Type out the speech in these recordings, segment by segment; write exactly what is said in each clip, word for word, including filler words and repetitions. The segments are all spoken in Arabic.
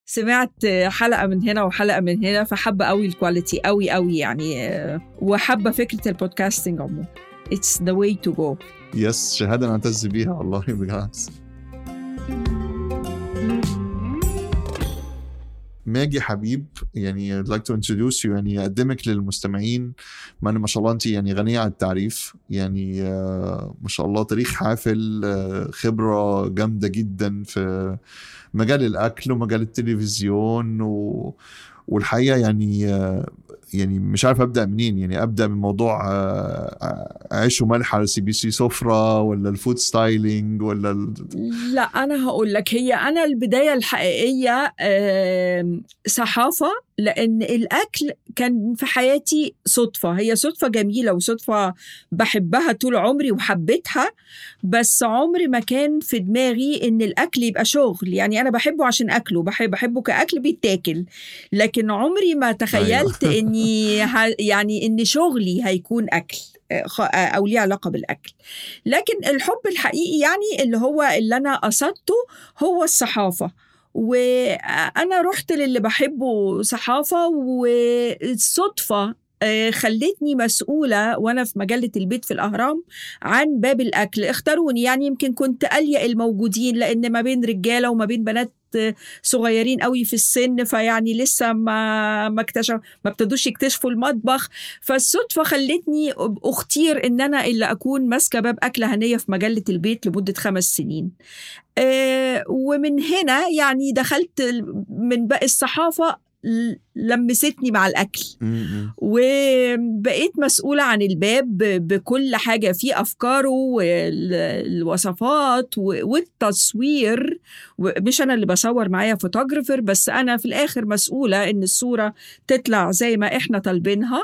سمعت حلقة من هنا وحلقة من هنا، فحبة قوي الكواليتي قوي قوي يعني، وحبة فكرة البودكاستنج عموما. It's the way to go. يس شهادة نعتز بيها والله بالعكس. ماجي حبيب، يعني I'd like to introduce you، يعني أقدمك للمستمعين. ما أنا ما شاء الله أنت يعني غنية عن التعريف، يعني ما شاء الله تاريخ حافل، خبرة جامدة جدا في مجال الأكل ومجال التلفزيون و... والحقيقة يعني يعني مش عارف أبدأ منين. يعني أبدأ من موضوع عيش وملح على سي بي سي سفرة، ولا الفود ستايلينج، ولا ال... لا أنا هقول لك، هي أنا البداية الحقيقية صحافة، لأن الأكل كان في حياتي صدفة، هي صدفة جميلة وصدفة بحبها طول عمري وحبيتها، بس عمري ما كان في دماغي إن الأكل يبقى شغل. يعني أنا بحبه عشان أكله، بحب بحبه كأكل بيتاكل، لكن عمري ما تخيلت أيوة. إني ه... يعني إن شغلي هيكون أكل أو ليه علاقة بالأكل. لكن الحب الحقيقي يعني اللي هو اللي أنا قصدته هو الصحافة، وأنا رحت للي بحبه صحافة، والصدفة خلتني مسؤولة وأنا في مجلة البيت في الأهرام عن باب الأكل. اختاروني، يعني يمكن كنت أليق الموجودين، لأن ما بين رجالة وما بين بنات صغيرين قوي في السن، فيعني لسه ما ما اكتشف ما ابتدوش يكتشفوا المطبخ. فالصدفة خلتني أختير إن أنا اللي أكون ماسكة باب أكلة هنية في مجلة البيت لمدة خمس سنين. أه ومن هنا يعني دخلت من باقي الصحافة، لمستني مع الأكل، وبقيت مسؤولة عن الباب بكل حاجة فيه، أفكاره والوصفات والتصوير. مش أنا اللي بصور، معايا فوتوغرافر، بس أنا في الآخر مسؤولة إن الصورة تطلع زي ما إحنا طالبينها.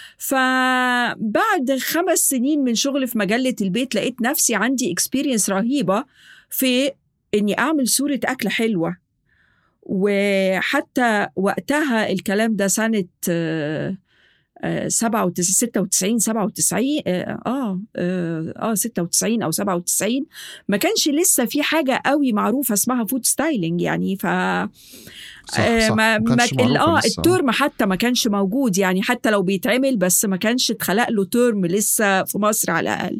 فبعد خمس سنين من شغل في مجلة البيت لقيت نفسي عندي اكسبيرينس رهيبة في إني أعمل صورة أكل حلوة. وحتى وقتها الكلام ده سنة سبعة وتسعين ستة وتسعين سبعة وتسعين آه آه ستة وتسعين أو سبعة وتسعين، ما كانش لسه في حاجة قوي معروفة اسمها فود ستايلينج يعني. ف صح صح ما ما اه الترم حتى ما كانش موجود، يعني حتى لو بيتعمل بس ما كانش اتخلق له ترم لسه في مصر على الأقل.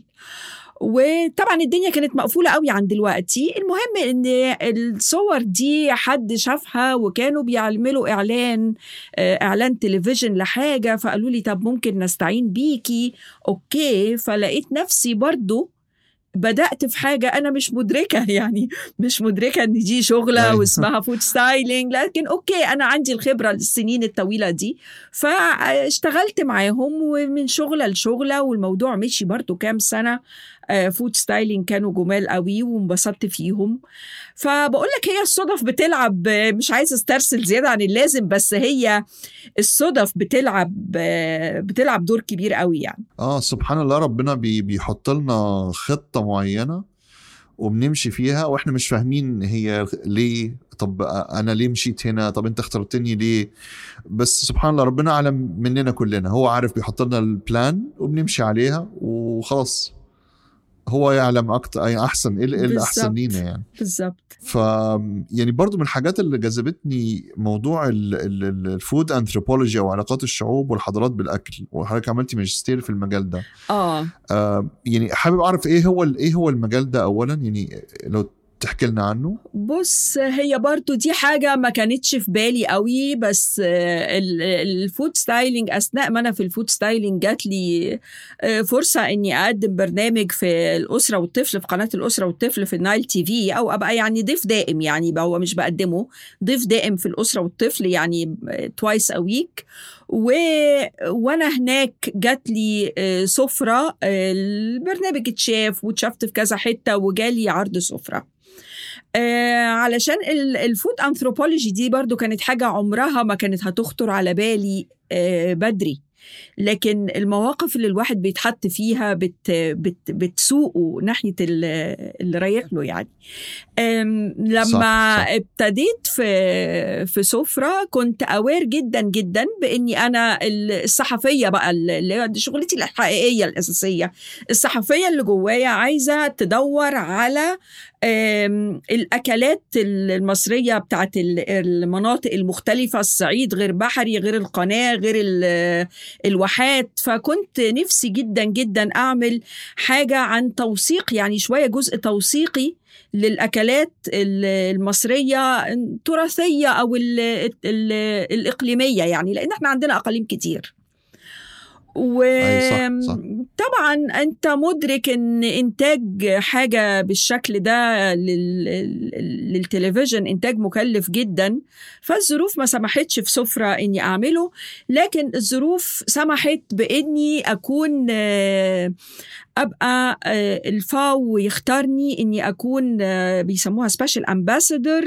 وطبعا الدنيا كانت مقفولة قوي عن دلوقتي. المهم ان الصور دي حد شافها، وكانوا بيعملوا اعلان اعلان تلفزيون لحاجة، فقالوا لي طب ممكن نستعين بيكي. اوكي، فلقيت نفسي برضو بدأت في حاجة أنا مش مدركة، يعني مش مدركة إن دي شغلة واسمها فود ستايلينج، لكن أوكي أنا عندي الخبرة للسنين الطويلة دي، فاشتغلت معاهم ومن شغلة لشغلة، والموضوع مشي برضو كام سنة. فود ستايلينج كانوا جمال قوي وانبسطت فيهم. فبقول لك هي الصدف بتلعب، مش عايزة استرسل زيادة عن اللازم، بس هي الصدف بتلعب بتلعب دور كبير قوي يعني. آه سبحان الله، ربنا بي بيحط لنا خطة معينة وبنمشي فيها وإحنا مش فاهمين هي ليه. طب أنا ليه مشيت هنا؟ طب أنت اخترتني ليه؟ بس سبحان الله ربنا أعلم مننا كلنا، هو عارف بيحط لنا البلان وبنمشي عليها وخلاص، هو يعلم أكتر أي أحسن إيه اللي أحسن لينا يعني. بالضبط. ف يعني برضو من الحاجات اللي جذبتني موضوع الفود أنثروبولوجي أو علاقات الشعوب والحضارات بالأكل، وحضرتك عملتي ماجستير في المجال ده. آه. آه يعني حابب أعرف إيه هو إيه هو المجال ده أولا، يعني لو تحكي لنا عنه. بص، هي برضو دي حاجة ما كانتش في بالي قوي، بس الفود ستايلينج أثناء ما أنا في الفود ستايلينج جات لي فرصة إني أقدم برنامج في الأسرة والطفل في قناة الأسرة والطفل في النايل تي في، أو أبقى يعني ضيف دائم، يعني هو مش بقدمه، ضيف دائم في الأسرة والطفل يعني twice a week. و... وانا هناك جات لي سفرة، البرنامج اتشاف واتشافت في كذا حتة وجالي عرض سفرة. آه علشان الفود أنثروبولوجي دي برضو كانت حاجة عمرها ما كانت هتخطر على بالي آه بدري، لكن المواقف اللي الواحد بيتحط فيها بت بت بتسوقه ناحية اللي رايح له يعني. لما صح صح. ابتديت في في سفرة كنت أوير جدا جدا بإني أنا الصحفية بقى، اللي شغلتي الحقيقية الأساسية، الصحفية اللي جوايا عايزة تدور على الأكلات المصرية بتاعت المناطق المختلفة، الصعيد غير بحري غير القناة غير الواحات. فكنت نفسي جدا جدا أعمل حاجة عن توثيق، يعني شوية جزء توثيقي للأكلات المصرية التراثية أو ال ال الإقليمية، يعني لأن احنا عندنا أقاليم كتير. وطبعا أنت مدرك أن إنتاج حاجة بالشكل ده للتلفزيون إنتاج مكلف جدا، فالظروف ما سمحتش في سفرة أني أعمله، لكن الظروف سمحت بأني أكون أبقى الفاو يختارني أني أكون بيسموها سبيشال أمباسادور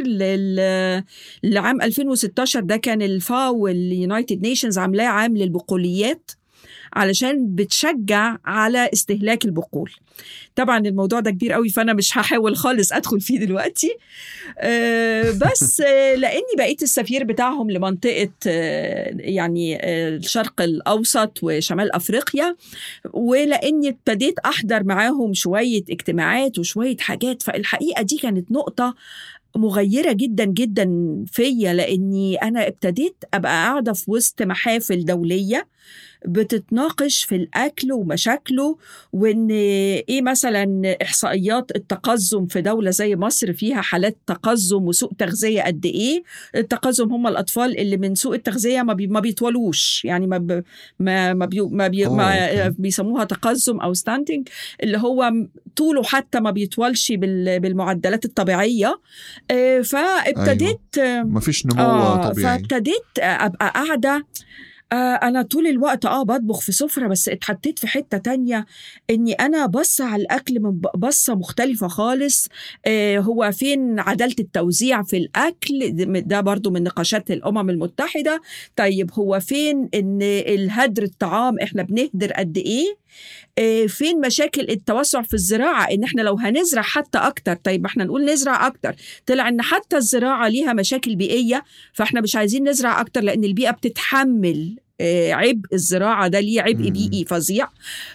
لعام ألفين وستاشر. ده كان الفاو اليونايتد نيشنز عاملاه عام للبقوليات علشان بتشجع على استهلاك البقول. طبعا الموضوع ده كبير قوي، فأنا مش هحاول خالص أدخل فيه دلوقتي، أه بس أه لأني بقيت السفير بتاعهم لمنطقة أه يعني أه الشرق الأوسط وشمال أفريقيا، ولأني ابتديت أحضر معاهم شوية اجتماعات وشوية حاجات. فالحقيقة دي كانت نقطة مغيرة جدا جدا فيا، لأني أنا ابتديت أبقى قاعدة في وسط محافل دولية بتتناقش في الأكل ومشاكله، وإن إيه مثلا إحصائيات التقزم في دولة زي مصر فيها حالات تقزم وسوء تغذية قد إيه. التقزم هم الأطفال اللي من سوء التغذية ما, بي ما بيتولوش، يعني ما, ب ما, ما, بي ما, بي ما بيسموها تقزم أو ستانتنج، اللي هو طوله حتى ما بيتولش بالمعدلات الطبيعية. فابتديت أيوة. ما فيش نمو آه طبيعي. فابتديت أبقى قاعدة آه أنا طول الوقت آه بطبخ في سفرة، بس اتحطيت في حتة تانية إني أنا بص على الأكل من بصة مختلفة خالص. آه هو فين عدالة التوزيع في الأكل؟ ده برضو من نقاشات الأمم المتحدة. طيب هو فين إن الهدر الطعام إحنا بنهدر قد إيه؟ آه فين مشاكل التوسع في الزراعة؟ إن إحنا لو هنزرع حتى أكتر، طيب إحنا نقول نزرع أكتر، طلع إن حتى الزراعة ليها مشاكل بيئية، فإحنا مش عايزين نزرع أكتر لأن البيئة بتتحمل عبء الزراعة ده، ليه عبء بيئي فظيع.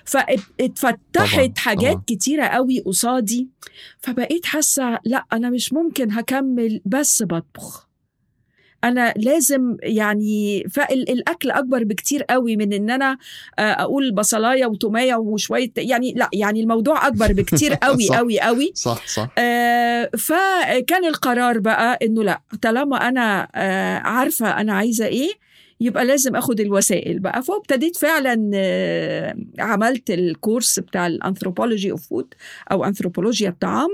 فاتفتحت حاجات طبعا. كتيرة قوي قصادي، فبقيت حاسة لا أنا مش ممكن هكمل بس بطبخ، أنا لازم يعني فالأكل أكبر بكتير قوي من إن أنا أقول بصلاية وتومية وشوية، يعني لا، يعني الموضوع أكبر بكتير قوي صح قوي قوي صح صح. آه فكان القرار بقى إنه لا، طالما أنا آه عارفة أنا عايزة إيه يبقى لازم أخد الوسائل بقى. فابتديت فعلا عملت الكورس بتاع الأنثروبولوجي أوف فود أو أنثروبولوجيا الطعام،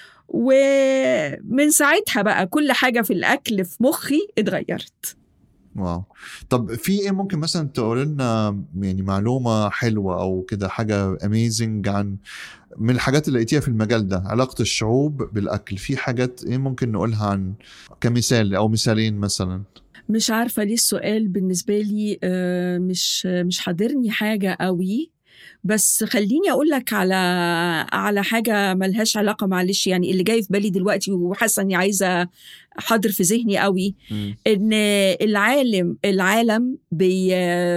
ومن ساعتها بقى كل حاجة في الأكل في مخي اتغيرت. واو. طب في إيه ممكن مثلا تقول لنا يعني معلومة حلوة أو كده حاجة amazing عن من الحاجات اللي لقيتيها في المجال ده، علاقة الشعوب بالأكل؟ في حاجات إيه ممكن نقولها عن كمثال أو مثالين مثلا؟ مش عارفة ليه السؤال بالنسبة لي مش مش حاضرني حاجة قوي، بس خليني أقول لك على على حاجة ملهاش علاقة، معلش يعني اللي جاي في بالي دلوقتي وحاسة إني عايزة حاضر في ذهني قوي، م. إن العالم العالم بي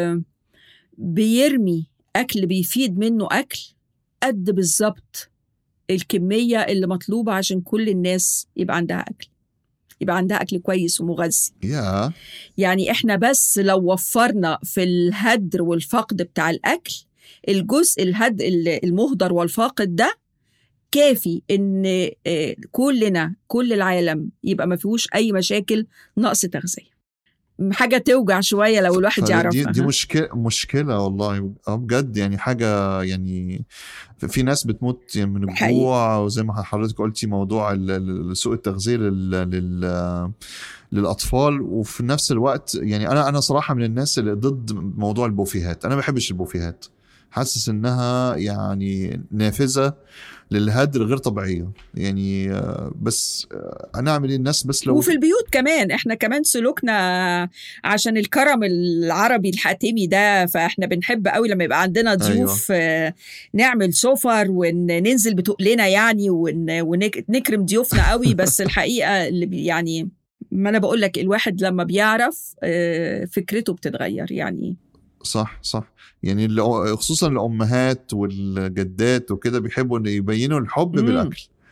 بيرمي أكل بيفيد منه أكل قد بالظبط الكمية اللي مطلوبة عشان كل الناس يبقى عندها أكل، يبقى عندها أكل كويس ومغذي. yeah. يعني إحنا بس لو وفرنا في الهدر والفقد بتاع الأكل الجزء الهد المهدر والفاقد ده كافي إن كلنا كل العالم يبقى ما فيهوش أي مشاكل نقص تغذية. حاجة توجع شوية لو الواحد يعرفها. دي, دي مشكلة مشكلة والله بجد، يعني حاجة يعني في ناس بتموت يعني من الجوع، وزي ما حضرتك قلتي موضوع سوء التغذية لل, لل للأطفال. وفي نفس الوقت يعني أنا أنا صراحة من الناس اللي ضد موضوع البوفيهات، أنا ما بحبش البوفيهات، حاسس إنها يعني نافذة للهدر غير طبيعية يعني. بس أنا أعمل الناس بس لو وفي البيوت كمان إحنا كمان سلوكنا عشان الكرم العربي الحاتمي ده، فإحنا بنحب قوي لما يبقى عندنا ضيوف أيوة. نعمل سفر وننزل بتقلنا يعني ونكرم ضيوفنا قوي. بس الحقيقة اللي يعني ما أنا بقول لك الواحد لما بيعرف فكرته بتتغير يعني. صح صح. يعني خصوصا الأمهات والجدات وكده بيحبوا ان يبينوا الحب مم. بالأكل.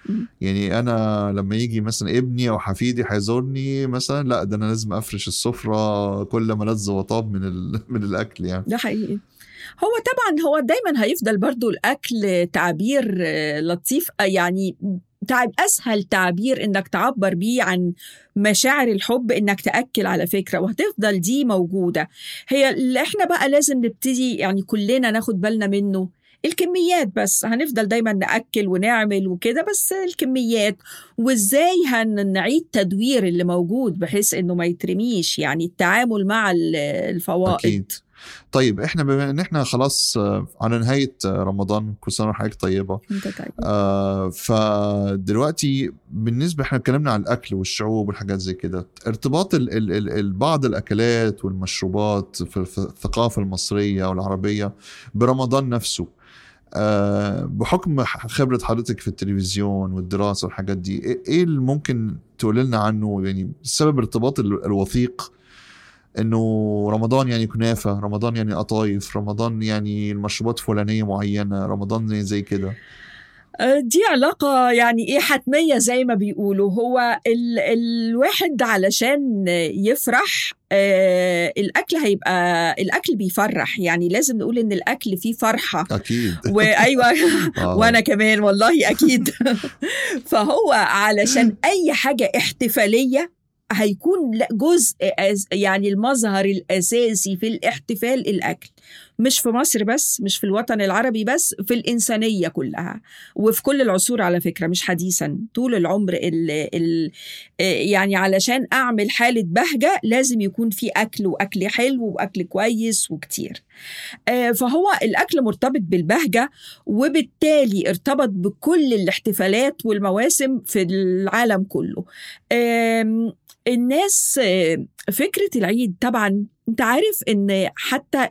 يعني انا لما يجي مثلا ابني او حفيدي هيزورني مثلا، لا ده انا لازم افرش السفره كل ما لذ وطاب من ال... من الاكل يعني. ده حقيقي. هو طبعا هو دايما هيفضل برضو الاكل تعبير لطيف، يعني تعب اسهل تعبير انك تعبر بيه عن مشاعر الحب انك تاكل على فكره، وهتفضل دي موجوده. هي اللي احنا بقى لازم نبتدي يعني كلنا ناخد بالنا منه الكميات، بس هنفضل دايما نأكل ونعمل وكده، بس الكميات وازاي هنعيد تدوير اللي موجود بحيث انه ما يترميش، يعني التعامل مع الفوائد. أكيد. طيب احنا بما ان احنا خلاص على نهاية رمضان، كل سنة وحضرتك طيبة. انت طيب. آه فدلوقتي بالنسبة احنا اتكلمنا عن الأكل والشعوب والحاجات زي كده، ارتباط ال ال ال ال بعض الأكلات والمشروبات في, في الثقافة المصرية والعربية برمضان نفسه، آه بحكم خبرة حضرتك في التلفزيون والدراسة والحاجات دي، ايه اللي ممكن تقول لنا عنه؟ يعني السبب الارتباط الوثيق انه رمضان يعني كنافة، رمضان يعني قطايف، رمضان يعني المشروبات فلانية معينة، رمضان زي كده. دي علاقة يعني ايه حتمية زي ما بيقولوا. هو ال الواحد علشان يفرح آه الأكل هيبقى الأكل بيفرح، يعني لازم نقول إن الأكل فيه فرحة. أكيد. وأيوة. وأنا كمان والله أكيد. فهو علشان أي حاجة احتفالية هيكون جزء يعني المظهر الأساسي في الاحتفال الأكل، مش في مصر بس، مش في الوطن العربي بس، في الإنسانية كلها وفي كل العصور على فكرة، مش حديثا، طول العمر. ال ال يعني علشان أعمل حالة بهجة لازم يكون في أكل، وأكل حلو وأكل كويس وكتير. فهو الأكل مرتبط بالبهجة، وبالتالي ارتبط بكل الاحتفالات والمواسم في العالم كله. الناس فكرة العيد طبعا انت عارف ان حتى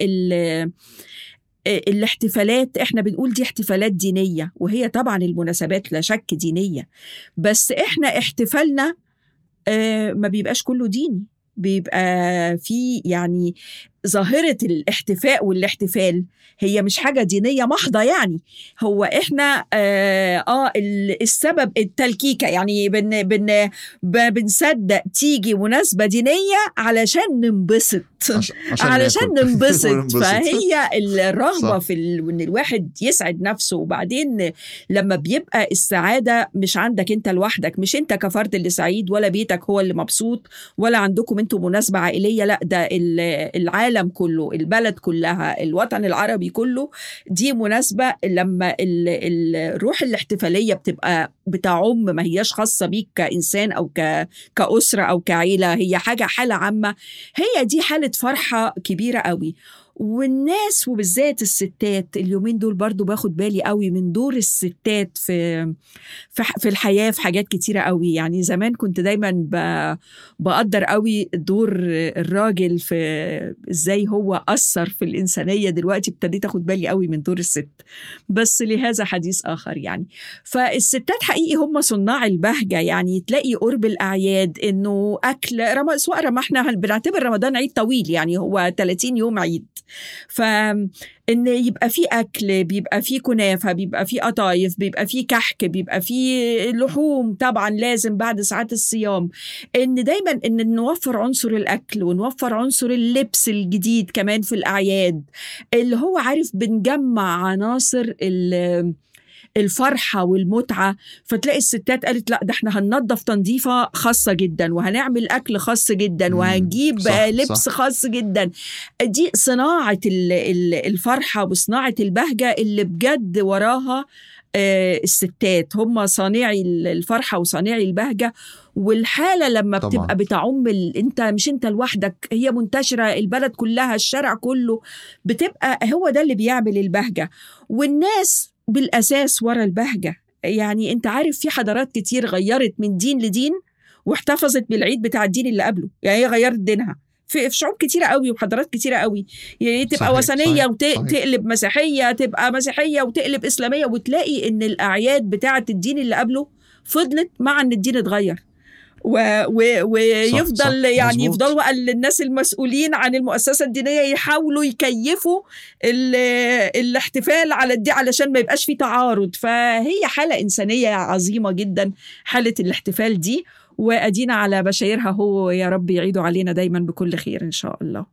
الاحتفالات احنا بنقول دي احتفالات دينية، وهي طبعا المناسبات لا شك دينية، بس احنا احتفالنا ما بيبقاش كله ديني، بيبقى في يعني ظاهرة الاحتفاء والاحتفال هي مش حاجة دينية محضة. يعني هو إحنا آه, آه السبب التلكيكة، يعني بن بن بنصدق تيجي مناسبة دينية علشان ننبسط، عشان علشان ننبسط. فهي الرغبة صح. في ال... إن الواحد يسعد نفسه. وبعدين لما بيبقى السعادة مش عندك أنت لوحدك، مش أنت كفرد اللي سعيد، ولا بيتك هو اللي مبسوط، ولا عندكم أنتم مناسبة عائلية، لا ده العالم كله، البلد كلها، الوطن العربي كله، دي مناسبة. لما الروح الاحتفالية بتبقى بتعم، ما هياش خاصة بيك كإنسان أو كأسرة أو كعيلة، هي حاجة حالة عامة، هي دي حالة فرحة كبيرة قوي. والناس وبالذات الستات اليومين دول برضو باخد بالي قوي من دور الستات في في الحياة في حاجات كتيرة قوي. يعني زمان كنت دايما بقدر قوي دور الراجل في ازاي هو أثر في الإنسانية، دلوقتي ابتديت اخد بالي قوي من دور الست، بس لهذا حديث آخر. يعني فالستات حقيقي هم صناع البهجة. يعني تلاقي قرب الأعياد إنه أكل رمضان، سواء ما احنا بنعتبر رمضان عيد طويل، يعني هو ثلاثين يوم عيد، فإن يبقى فيه أكل، بيبقى فيه كنافة، بيبقى فيه قطايف، بيبقى فيه كحك، بيبقى فيه لحوم طبعا لازم بعد ساعات الصيام. إن دايما إن نوفر عنصر الأكل ونوفر عنصر اللبس الجديد كمان في الأعياد، اللي هو عارف بنجمع عناصر الفرحة والمتعة. فتلاقي الستات قالت لا ده احنا هننظف تنظيفة خاصة جدا، وهنعمل أكل خاص جدا، وهنجيب صح لبس صح. خاص جدا. دي صناعة الفرحة وصناعة البهجة اللي بجد وراها الستات، هم صانعي الفرحة وصانعي البهجة. والحالة لما طبعا بتبقى بتعم، انت مش انت لوحدك، هي منتشرة البلد كلها، الشارع كله، بتبقى هو ده اللي بيعمل البهجة. والناس بالأساس ورا البهجة. يعني انت عارف في حضارات كتير غيرت من دين لدين واحتفظت بالعيد بتاع الدين اللي قبله، يعني هي غيرت دينها في شعوب كتيرة قوي وحضارات كتيرة قوي، يعني تبقى صحيح وثنية وتقلب مسيحية، تبقى مسيحية وتقلب إسلامية، وتلاقي إن الأعياد بتاعة الدين اللي قبله فضلت مع إن الدين اتغير. و و ويفضل صح صح. يعني مظبوط. يفضلوا بقى الناس المسؤولين عن المؤسسة الدينية يحاولوا يكيفوا الاحتفال على دي علشان ما يبقاش فيه تعارض. فهي حالة إنسانية عظيمة جدا حالة الاحتفال دي، وأدينا على بشايرها هو. يا رب يعيدوا علينا دايما بكل خير إن شاء الله.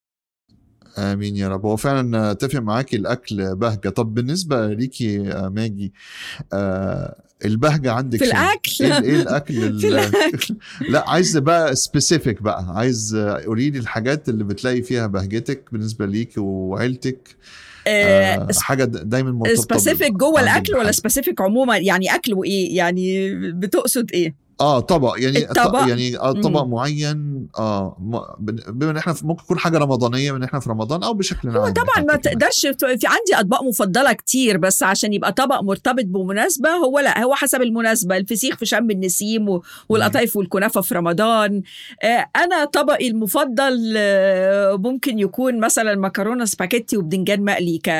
آمين يا رب. هو فعلا اتفق معاكي، الأكل بهجة. طب بالنسبة ليكي ماجي، آه البهجة عندك في الأكل؟ ايه, إيه الأكل في الأكل. لا عايز بقى سبيسيفيك بقى، عايز قولي لي الحاجات اللي بتلاقي فيها بهجتك بالنسبة ليكي وعيلتك. آه حاجة دايما مرتبطة سبيسيفيك جوه الأكل ولا سبيسيفيك عموما؟ يعني أكل وإيه يعني بتقصد إيه؟ اه طبق يعني الطبق. يعني آه طبق مم. معين. اه بما ان احنا ممكن يكون حاجه رمضانيه من احنا في رمضان او بشكل عام. هو طبعا ما تقدرش في عندي اطباق مفضله كتير، بس عشان يبقى طبق مرتبط بمناسبه هو لا، هو حسب المناسبه. الفسيخ في شم النسيم والقطايف والكنافه في رمضان. آه انا طبقي المفضل آه ممكن يكون مثلا مكرونه سباكيتي وبدنجان مقلي ك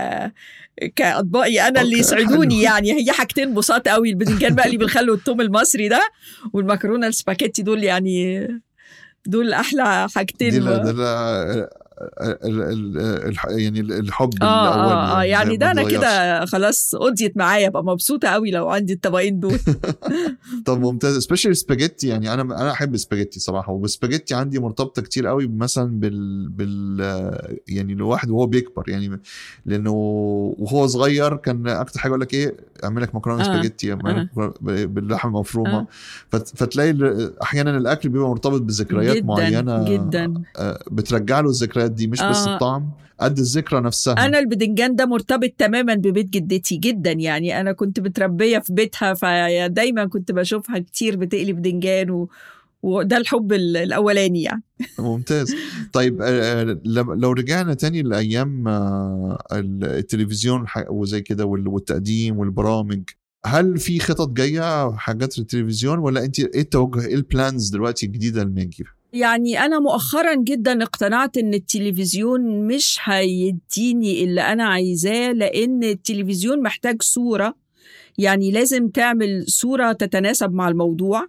كأطباقي أنا اللي يسعدوني. يعني هي حاجتين بساط قوي، البدنجان مقلي بالخل والثوم المصري ده، والمكرونة السباكيتي، دول يعني دول أحلى حاجتين. دي لا دي لا ال ال ال يعني الحب آه الأول آه يعني, يعني ده أنا كده خلاص قضيت معايا، أبقى مبسوطة قوي لو عندي الطبقين دول. طب ممتاز. سبيشال سباجيتي، يعني أنا أنا أحب سباجيتي صراحة، وبسباجيتي عندي مرتبطة كتير قوي مثلا بال بال يعني الواحد وهو بيكبر، يعني لأنه وهو صغير كان أكتر حاجة أقول لك إيه، أعمل لك مكرونة آه. سباجيتي آه. باللحمة المفرومة. آه. فتلاقي أحيانا الأكل بيبقى مرتبط بذكريات جداً معينة جدا بترجع له الذكريات دي، مش آه. بس الطعم قد الذكرى نفسها. أنا البدنجان ده مرتبط تماما ببيت جدتي جدا، يعني أنا كنت متربية في بيتها، فدايما كنت بشوفها كتير بتقلي بدنجان و... وده الحب الأولاني يعني. ممتاز. طيب لو رجعنا تاني لأيام التلفزيون وزي كده والتقديم والبرامج، هل في خطط جاية حاجات للتلفزيون، ولا أنت إيه التوجه، إيه البلانز دلوقتي الجديدة الماجي؟ يعني أنا مؤخرا جدا اقتنعت إن التلفزيون مش هيديني اللي أنا عايزاه، لأن التلفزيون محتاج صورة، يعني لازم تعمل صورة تتناسب مع الموضوع.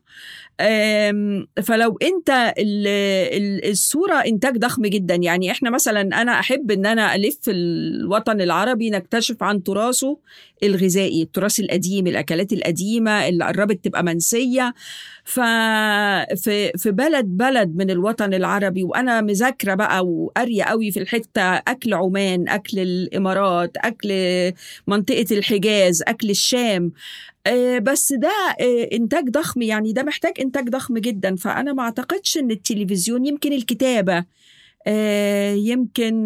فلو انت الصورة انتاج ضخم جدا، يعني احنا مثلا انا احب ان انا الف في الوطن العربي نكتشف عن تراثه الغذائي، التراث القديم، الاكلات القديمة اللي قربت تبقى منسية. ففي في بلد بلد من الوطن العربي، وانا مذاكرة بقى وقارية قوي في الحتة، اكل عمان، اكل الامارات، اكل منطقة الحجاز، اكل الشام. بس ده إنتاج ضخم، يعني ده محتاج إنتاج ضخم جدا. فأنا ما أعتقدش إن التلفزيون، يمكن الكتابة، يمكن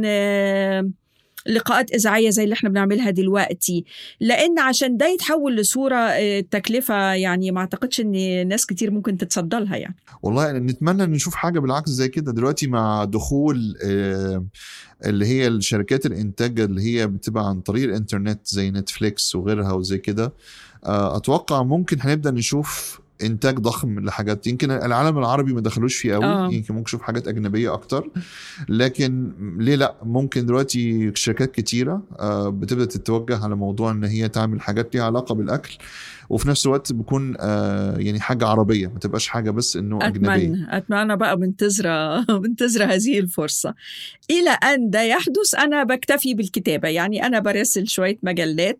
لقاءات إذاعية زي اللي احنا بنعملها دلوقتي، لأن عشان ده يتحول لصورة تكلفة، يعني ما أعتقدش إن ناس كتير ممكن تتصدى لها يعني. والله يعني نتمنى نشوف حاجة بالعكس زي كده دلوقتي مع دخول اللي هي الشركات الإنتاج اللي هي بتبقى عن طريق الإنترنت زي نتفليكس وغيرها وزي كده. أتوقع ممكن هنبدأ نشوف إنتاج ضخم لحاجات يمكن العالم العربي ما دخلوش فيه قوي. آه. يمكن ممكن نشوف حاجات أجنبية أكتر، لكن ليه لا، ممكن دلوقتي شركات كتيرة بتبدأ تتوجه على موضوع إن هي تعمل حاجات ليها علاقة بالأكل، وفي نفس الوقت بيكون يعني حاجة عربية، ما تبقاش حاجة بس إنه أجنبية. أتمنى أتمنى بقى منتظرة منتظرة هذه الفرصة. إلى أن ده يحدث أنا بكتفي بالكتابة، يعني أنا برسل شوية مجلات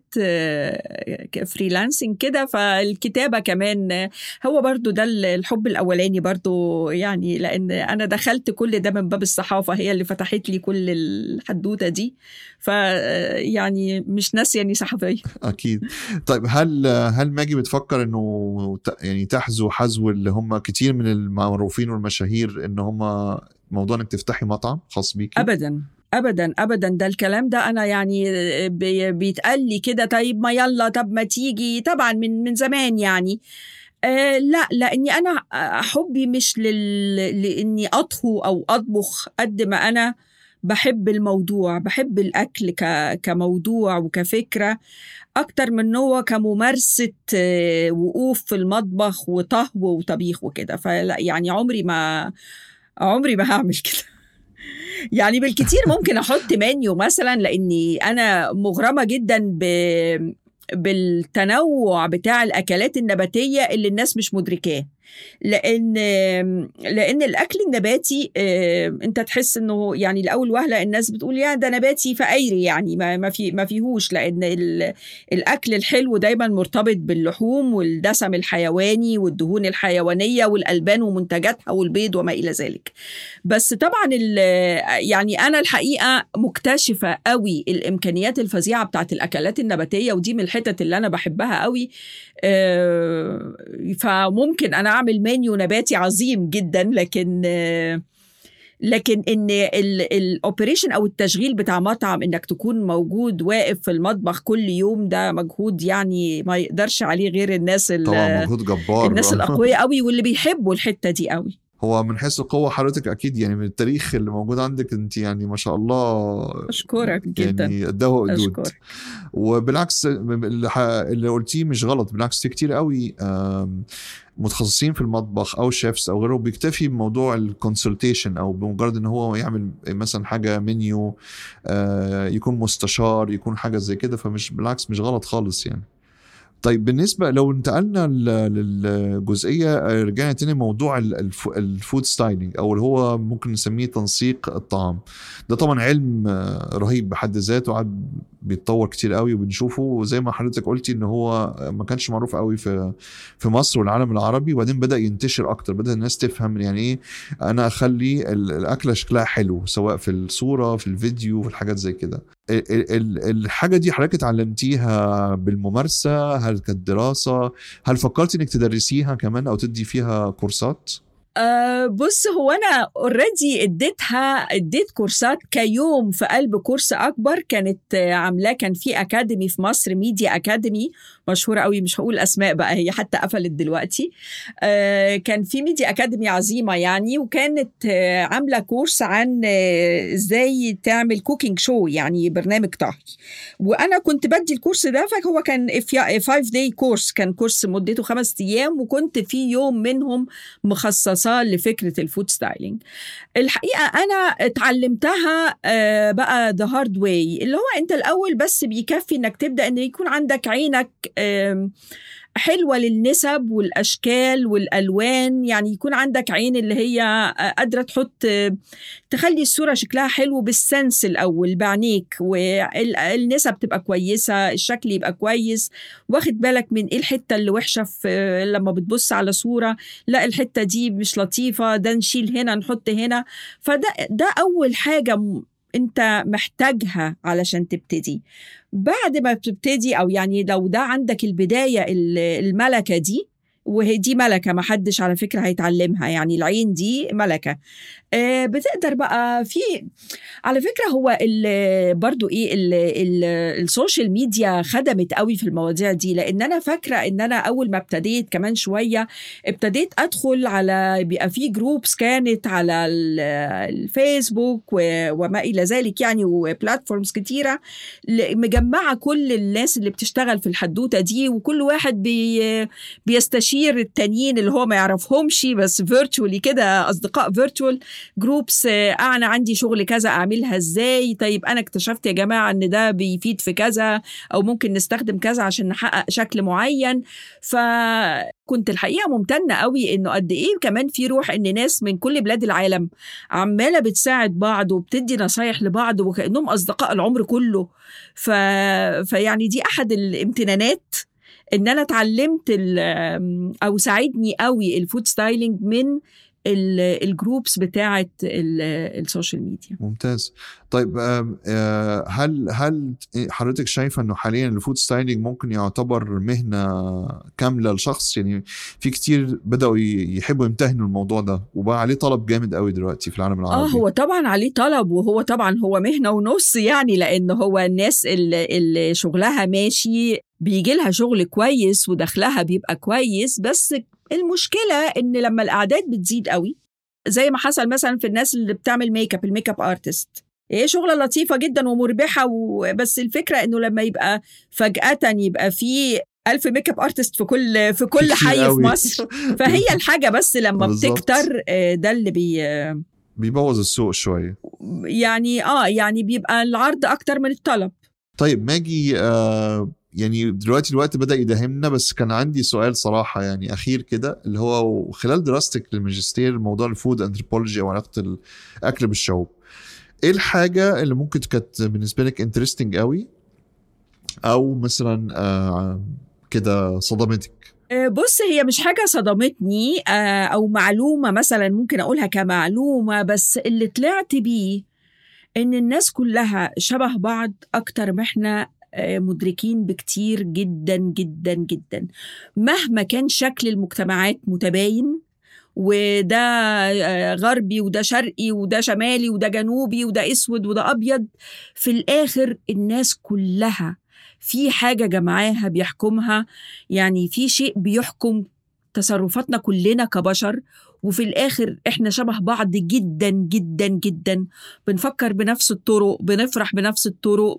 فريلانسنج كده، فالكتابة كمان هو برضو ده الحب الأولاني برضو، يعني لأن أنا دخلت كل ده من باب الصحافة، هي اللي فتحت لي كل الحدوتة دي، فيعني مش ناسية أني صحفية. أكيد. طيب هل هل ماجي بتفكر إنه يعني تحذو حذو اللي هم كتير من المعروفين والمشاهير إن هم موضوع إنك تفتحي مطعم خاص بيكي؟ أبداً أبداً أبداً، ده الكلام ده أنا يعني بيتقال لي كده، طيب ما يلا، طب ما تيجي، طبعاً من من زمان يعني. آه لا، لأني أنا حبي مش لل... لأني أطهو أو أطبخ قد ما أنا بحب الموضوع، بحب الأكل ك... كموضوع وكفكرة أكتر من هو كممارسة وقوف في المطبخ وطهو وطبيخ وكده. فلا يعني عمري ما عمري ما هعمل كده. يعني بالكتير ممكن أحط منيو مثلا، لأني أنا مغرمة جدا ب بالتنوع بتاع الأكلات النباتية اللي الناس مش مدركاه. لان لان الاكل النباتي انت تحس انه يعني الاول وهله الناس بتقول يا ده نباتي فقيري، يعني ما ما في ما فيهوش، لان الاكل الحلو دايما مرتبط باللحوم والدسم الحيواني والدهون الحيوانيه والالبان ومنتجاتها والبيض وما الى ذلك. بس طبعا يعني انا الحقيقه مكتشفه قوي الامكانيات الفظيعه بتاعت الاكلات النباتيه، ودي من الحتت اللي انا بحبها قوي. فممكن انا اعمل منيو نباتي عظيم جدا، لكن لكن ان الاوبريشن او التشغيل بتاع مطعم انك تكون موجود واقف في المطبخ كل يوم، ده مجهود يعني ما يقدرش عليه غير الناس طبعا مجهود جبار الناس الاقوياء قوي واللي بيحبوا الحته دي قوي. هو من حيث القوة حضرتك أكيد يعني من التاريخ اللي موجود عندك أنت يعني ما شاء الله، أشكرك جدا يعني قدها قدود. وبالعكس اللي قلتيه مش غلط، بالعكس في كتير قوي متخصصين في المطبخ أو شيفس أو غيره بيكتفي بموضوع الكونسلتيشن، أو بمجرد إن هو يعمل مثلا حاجة منيو، يكون مستشار، يكون حاجة زي كده، فمش بالعكس مش غلط خالص يعني. طيب بالنسبة لو انتقلنا للجزئية رجعنا تاني موضوع الفود ستايلينج، أو اللي هو ممكن نسميه تنسيق الطعام، ده طبعا علم رهيب بحد ذاته، وعاد بيتطور كتير قوي وبنشوفه، وزي ما حضرتك قلتي إن هو ما كانش معروف قوي في في مصر والعالم العربي، وبعدين بدأ ينتشر أكتر، بدأ الناس تفهم يعني إيه أنا أخلي الأكلة شكلها حلو، سواء في الصورة في الفيديو في الحاجات زي كده. الحاجة دي حضرتك اتعلمتيها بالممارسة؟ هل كانت دراسة؟ هل فكرتي انك تدرسيها كمان او تدي فيها كورسات؟ أه بص، هو أنا اوريدي اديتها اديت كورسات كيوم في قلب كورس أكبر كانت عاملاه، كان في أكاديمي في مصر، ميديا أكاديمي مشهورة قوي، مش هقول أسماء بقى هي حتى قفلت دلوقتي. أه كان في ميديا أكاديمي عظيمة يعني، وكانت أه عاملة كورس عن أه إزاي تعمل كوكينج شو، يعني برنامج طهي، وأنا كنت بدي الكورس ده. فهو كان فايف داي كورس، كان كورس مدته خمس أيام، وكنت في يوم منهم مخصص لفكرة الفود ستايلينج. الحقيقة أنا اتعلمتها بقى the hard way، اللي هو أنت الأول بس بيكفي أنك تبدأ أن يكون عندك عينك حلوة للنسب والأشكال والألوان، يعني يكون عندك عين اللي هي قادرة تحط تخلي الصورة شكلها حلو بالسنس الأول بعينيك، والنسب تبقى كويسة، الشكل يبقى كويس، واخد بالك من إيه الحتة اللي وحشة في لما بتبص على صورة، لا الحتة دي مش لطيفة، ده نشيل هنا نحط هنا. فده ده أول حاجة انت محتاجها علشان تبتدي. بعد ما بتبتدي، او يعني لو ده عندك البداية الملكة دي، وهي دي ملكة ما حدش على فكرة هيتعلمها، يعني العين دي ملكة، آه بتقدر بقى في على فكرة. هو برضو ايه ال ال السوشيال ميديا خدمت قوي في المواضيع دي، لان انا فاكرة ان انا اول ما ابتديت كمان شوية ابتديت ادخل على بيبقى في جروبس كانت على الفيسبوك وما الى ذلك يعني، وبلاتفورمز كتيرة مجمعة كل الناس اللي بتشتغل في الحدوتة دي، وكل واحد بي بيستشير التانيين اللي هو ما يعرفهمش، بس فيرتشولي كده، اصدقاء فيرتشوال جروبس. انا عندي شغل كذا اعملها ازاي؟ طيب انا اكتشفت يا جماعة ان ده بيفيد في كذا، او ممكن نستخدم كذا عشان نحقق شكل معين. فكنت الحقيقة ممتنة قوي انه قد ايه كمان في روح ان ناس من كل بلاد العالم عمالة بتساعد بعض وبتدي نصايح لبعض وكأنهم اصدقاء العمر كله. ف... فيعني دي احد الامتنانات ان انا اتعلمت او ساعدني قوي الفود ستايلينج من الجروبس بتاعه السوشيال ميديا. ممتاز. طيب هل هل حضرتك شايفه انه حاليا الفود ستايلينج ممكن يعتبر مهنه كامله لشخص؟ يعني في كتير بداوا يحبوا يمتهنوا الموضوع ده، وبقى عليه طلب جامد قوي دلوقتي في العالم العربي. اه هو طبعا عليه طلب، وهو طبعا هو مهنه ونص يعني، لان هو الناس اللي, اللي شغلها ماشي بيجي لها شغل كويس ودخلها بيبقى كويس، بس المشكلة إن لما الأعداد بتزيد قوي، زي ما حصل مثلا في الناس اللي بتعمل ميك اب، الميك اب ارتست، ايه شغلة لطيفة جدا ومربحة، بس الفكرة إنه لما يبقى فجأة يبقى في ألف ميك اب ارتست في كل في كل حي في مصر، فهي الحاجة بس لما بتكتر ده اللي بي بيبوظ السوق شوية يعني. اه يعني بيبقى العرض أكتر من الطلب. طيب ماجي، آه يعني دلوقتي الوقت بدأ يداهمنا، بس كان عندي سؤال صراحة يعني أخير كده، اللي هو خلال دراستك للماجستير موضوع الفود أنثروبولوجي أو علاقة الأكل بالشعوب، إيه الحاجة اللي ممكن كانت بالنسبة لك انترستينج قوي أو مثلا آه كده صدمتك؟ بص، هي مش حاجة صدمتني أو معلومة مثلا ممكن أقولها كمعلومة، بس اللي طلعت بيه إن الناس كلها شبه بعض أكتر ما إحنا مدركين بكتير جدا جدا جدا. مهما كان شكل المجتمعات متباين، وده غربي وده شرقي وده شمالي وده جنوبي وده أسود وده أبيض، في الآخر الناس كلها في حاجة جمعاها بيحكمها، يعني في شيء بيحكم تصرفاتنا كلنا كبشر، وفي الآخر إحنا شبه بعض جدا جدا جدا. بنفكر بنفس الطرق، بنفرح بنفس الطرق،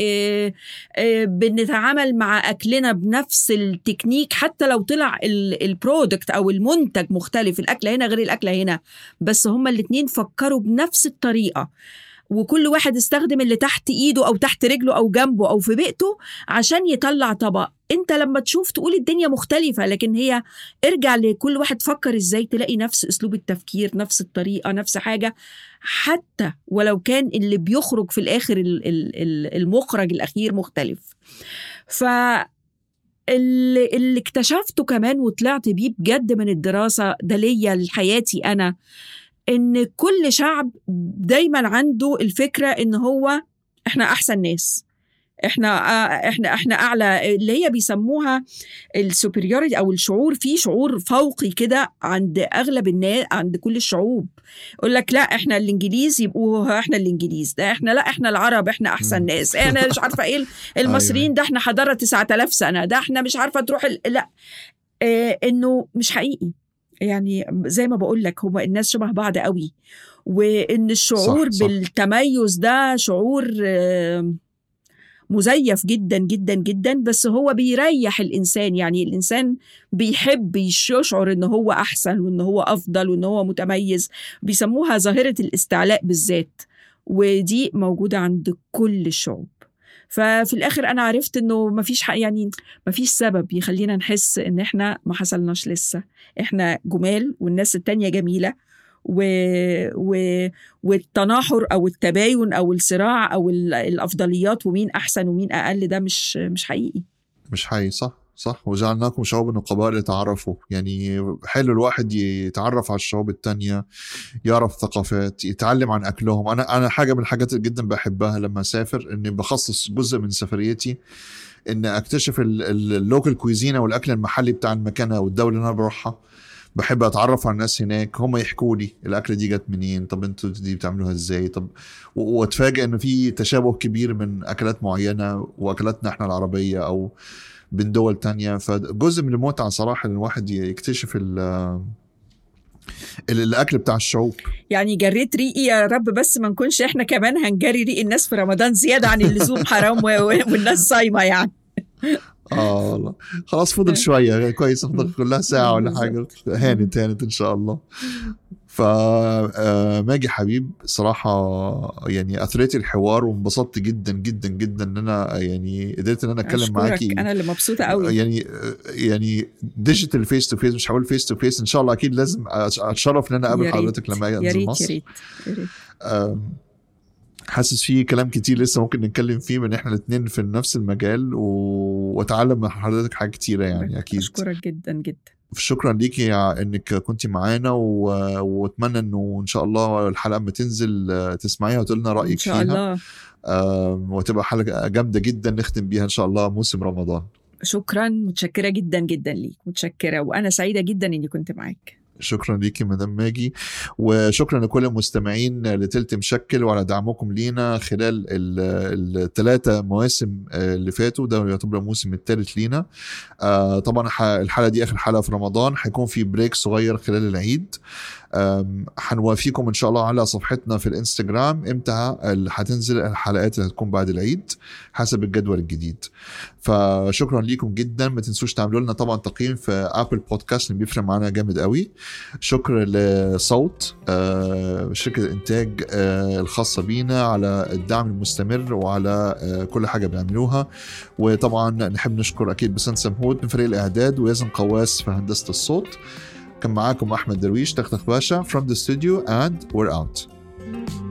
بنتعامل مع أكلنا بنفس التكنيك، حتى لو طلع البرودكت أو المنتج مختلف، الأكل هنا غير الأكل هنا، بس هما الاتنين فكروا بنفس الطريقة، وكل واحد استخدم اللي تحت ايده او تحت رجله او جنبه او في بيئته عشان يطلع طبق. انت لما تشوف تقول الدنيا مختلفة، لكن هي ارجع لكل واحد فكر ازاي، تلاقي نفس اسلوب التفكير، نفس الطريقة، نفس حاجة، حتى ولو كان اللي بيخرج في الاخر المخرج الاخير مختلف. ف اللي, اللي اكتشفته كمان وطلعت بيه بجد من الدراسة ده ليا لحياتي أنا، إن كل شعب دايما عنده الفكرة إن هو إحنا أحسن ناس، إحنا إحنا إحنا أعلى، اللي هي بيسموها السوبريوريتي أو الشعور، فيه شعور فوقي كده عند أغلب الناس، عند كل الشعوب. يقول لك لا إحنا الإنجليز يبقوا إحنا الإنجليز، ده إحنا لا إحنا العرب إحنا أحسن ناس، إحنا مش عارفة إيه المصريين ده إحنا حضارة تسعة آلاف سنة، ده إحنا مش عارفة تروح ال... لا إيه، إنه مش حقيقي. يعني زي ما بقول لك هو الناس شبه بعض قوي، وإن الشعور صح صح. بالتميز ده شعور مزيف جدا جدا جدا، بس هو بيريح الإنسان. يعني الإنسان بيحب يشعر إنه هو أحسن وإنه هو أفضل وإنه هو متميز، بيسموها ظاهرة الاستعلاء بالذات، ودي موجودة عند كل الشعوب. ففي الآخر أنا عرفت إنه مفيش حق، يعني مفيش سبب يخلينا نحس إن إحنا ما حصلناش لسه، إحنا جمال والناس التانية جميلة، و... و... والتناحر أو التباين أو الصراع أو الأفضليات ومين أحسن ومين أقل ده مش مش حقيقي، مش حقيقي. صح صح. وجعلناكم شعوبا وقبائل لتعرفوا، يعني حلو الواحد يتعرف على الشعوب التانية، يعرف ثقافات، يتعلم عن أكلهم. أنا أنا حاجة من الحاجات اللي جدا بحبها لما أسافر إني بخصص جزء من سفريتي إن أكتشف اللوكال كويزين أو الأكل المحلي بتاع المكان أو الدولة اللي أنا بروحها. بحب أتعرف على الناس هناك، هم يحكوا لي الأكلة دي جت منين، طب أنتوا دي بتعملوها إزاي، طب وأتفاجئ إنه في تشابه كبير من أكلات معينة وأكلاتنا إحنا العربية أو بين دول تانية. فجزء من المتعة صراحة إن الواحد يكتشف الأكل بتاع الشعوب. يعني جريت ريقي يا رب، بس ما نكونش إحنا كمان هنجري ريق الناس في رمضان زيادة عن اللزوم، حرام والناس صايمة يعني. اه والله خلاص فضل شوية كويس، فضل كلها ساعة ولا حاجة، هانت هانت إن شاء الله. فماجي حبيب صراحة يعني أثريتي الحوار وانبسطت جدا جدا جدا إن أنا يعني قدرت إن أنا أتكلم معاكي. أنا اللي مبسوطة قوي. يعني يعني ديجيتال فيس تو فيس، مش هقول فيس تو فيس، إن شاء الله أكيد لازم أتشرف إن أنا أقابل حضرتك لما أجي أنزل مصر. يا ريت يا ريت. حاسس فيه كلام كتير لسه ممكن نتكلم فيه، من احنا الاثنين في نفس المجال، و... واتعلم من حضرتك حاجات كتيرة يعني اكيد. اشكرك جدا جدا. شكرا ليكي انك كنتي معانا، و... واتمنى انه ان شاء الله الحلقة ما تنزل تسمعيها وتقولنا رأيك فيها ان شاء الله. آه... وتبقى حلقة جامدة جدا نختم بيها ان شاء الله موسم رمضان. شكرا، متشكرة جدا جدا ليك، متشكرة، وانا سعيدة جدا اني كنت معاك. شكرا ليكي مدام ماجي، وشكرا لكل المستمعين لتلت مشكل وعلى دعمكم لينا خلال الثلاثة مواسم اللي فاتوا، ده يعتبر الموسم الثالث لينا. طبعا الحلقة دي آخر حلقة في رمضان، هيكون في بريك صغير خلال العيد. حنوافيكم إن شاء الله على صفحتنا في الإنستغرام إمتى حتنزل الحلقات اللي هتكون بعد العيد حسب الجدول الجديد. فشكرا لكم جدا. ما تنسوش تعملوا لنا طبعا تقييم في أبل بودكاست اللي بيفرق معنا جامد قوي. شكر لصوت شركة الإنتاج الخاصة بينا على الدعم المستمر وعلى كل حاجة بيعملوها. وطبعا نحب نشكر أكيد بسنت سمهود من فريق الإعداد ويزن قواس في هندسة الصوت. كان معاكم أحمد درويش تختخ باشا from the studio and we're out.